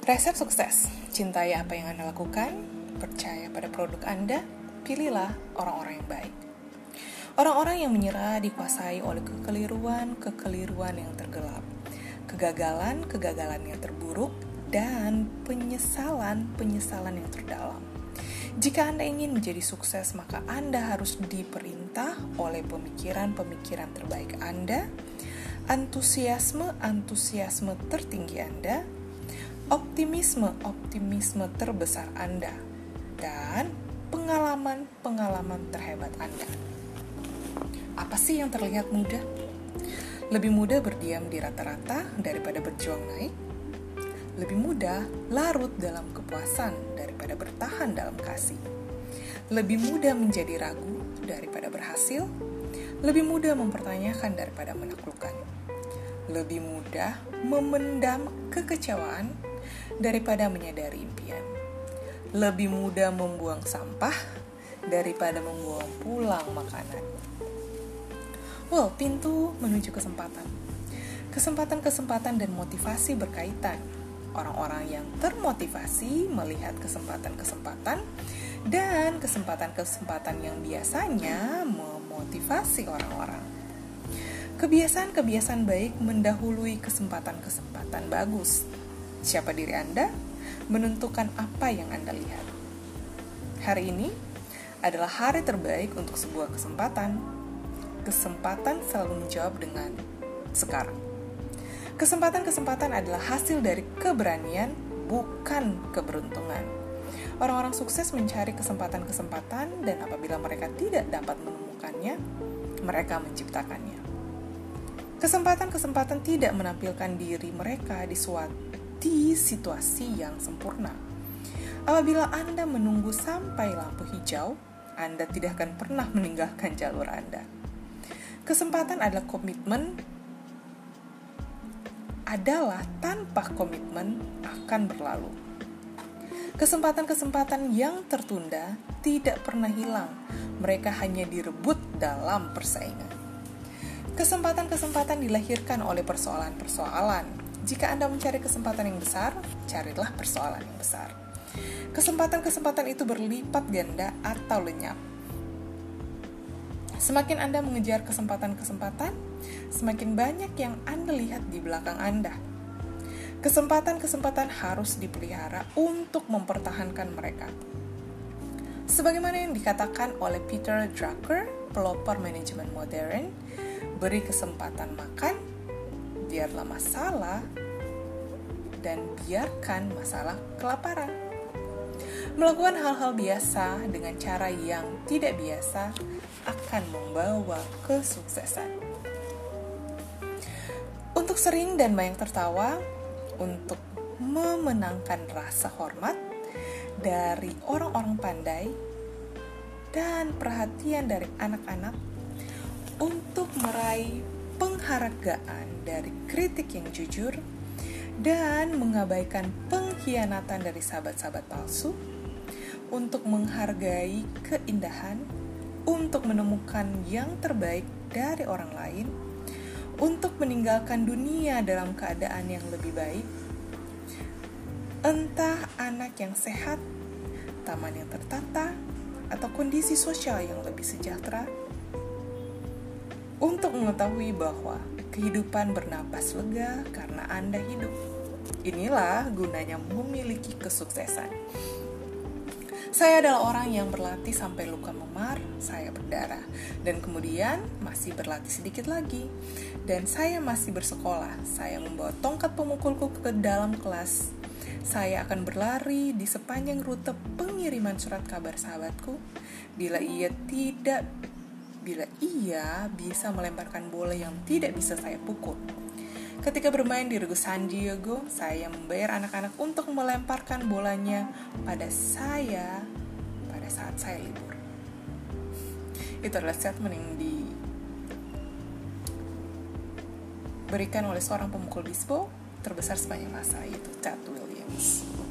Resep sukses: cintai apa yang Anda lakukan, percaya pada produk Anda, pilihlah orang-orang yang baik. Orang-orang yang menyerah dikuasai oleh kekeliruan yang tergelap, kegagalan yang terburuk, dan penyesalan yang terdalam. Jika Anda ingin menjadi sukses, maka Anda harus diperintah oleh pemikiran terbaik Anda, antusiasme tertinggi Anda, optimisme terbesar Anda, dan pengalaman terhebat Anda. Apa sih yang terlihat mudah? Lebih mudah berdiam di rata-rata daripada berjuang naik. Lebih mudah larut dalam kepuasan daripada bertahan dalam kasih. Lebih mudah menjadi ragu daripada berhasil. Lebih mudah mempertanyakan daripada menaklukkan. Lebih mudah memendam kekecewaan daripada menyadari impian. Lebih mudah membuang sampah daripada membuang pulang makanan. Pintu menuju kesempatan. Kesempatan dan motivasi berkaitan. Orang-orang yang termotivasi melihat kesempatan-kesempatan dan kesempatan-kesempatan yang biasanya memotivasi orang-orang. Kebiasaan-kebiasaan baik mendahului kesempatan-kesempatan bagus. Siapa diri Anda menentukan apa yang Anda lihat. Hari ini adalah hari terbaik untuk sebuah kesempatan. Kesempatan selalu menjawab dengan sekarang. Kesempatan-kesempatan adalah hasil dari keberanian, bukan keberuntungan. Orang-orang sukses mencari kesempatan-kesempatan, dan apabila mereka tidak dapat menemukannya, mereka menciptakannya. Kesempatan-kesempatan tidak menampilkan diri mereka di situasi yang sempurna. Apabila Anda menunggu sampai lampu hijau, Anda tidak akan pernah meninggalkan jalur Anda. Kesempatan adalah tanpa komitmen akan berlalu. Kesempatan-kesempatan yang tertunda tidak pernah hilang. Mereka hanya direbut dalam persaingan. Kesempatan-kesempatan dilahirkan oleh persoalan-persoalan. Jika Anda mencari kesempatan yang besar, carilah persoalan yang besar. Kesempatan-kesempatan itu berlipat ganda atau lenyap. Semakin Anda mengejar kesempatan-kesempatan, semakin banyak yang Anda lihat di belakang Anda. Kesempatan-kesempatan harus dipelihara untuk mempertahankan mereka. Sebagaimana yang dikatakan oleh Peter Drucker, pelopor manajemen modern, beri kesempatan makan, biarlah masalah, dan biarkan masalah kelaparan. Melakukan hal-hal biasa dengan cara yang tidak biasa akan membawa kesuksesan. Untuk sering dan banyak tertawa, untuk memenangkan rasa hormat dari orang-orang pandai dan perhatian dari anak-anak, untuk meraih penghargaan dari kritik yang jujur dan mengabaikan pengkhianatan dari sahabat-sahabat palsu, untuk menghargai keindahan, untuk menemukan yang terbaik dari orang lain, untuk meninggalkan dunia dalam keadaan yang lebih baik, entah anak yang sehat, taman yang tertata, atau kondisi sosial yang lebih sejahtera, untuk mengetahui bahwa kehidupan bernapas lega karena Anda hidup. Inilah gunanya memiliki kesuksesan. Saya adalah orang yang berlatih sampai luka memar, saya berdarah, dan kemudian masih berlatih sedikit lagi. Dan saya masih bersekolah, saya membawa tongkat pemukulku ke dalam kelas. Saya akan berlari di sepanjang rute pengiriman surat kabar sahabatku, bila ia bisa melemparkan bola yang tidak bisa saya pukul. Ketika bermain di Rego San Diego, saya membayar anak-anak untuk melemparkan bolanya pada saya pada saat saya libur. Itu adalah statement yang diberikan oleh seorang pemukul bisbol terbesar sepanjang masa, yaitu Ted Williams.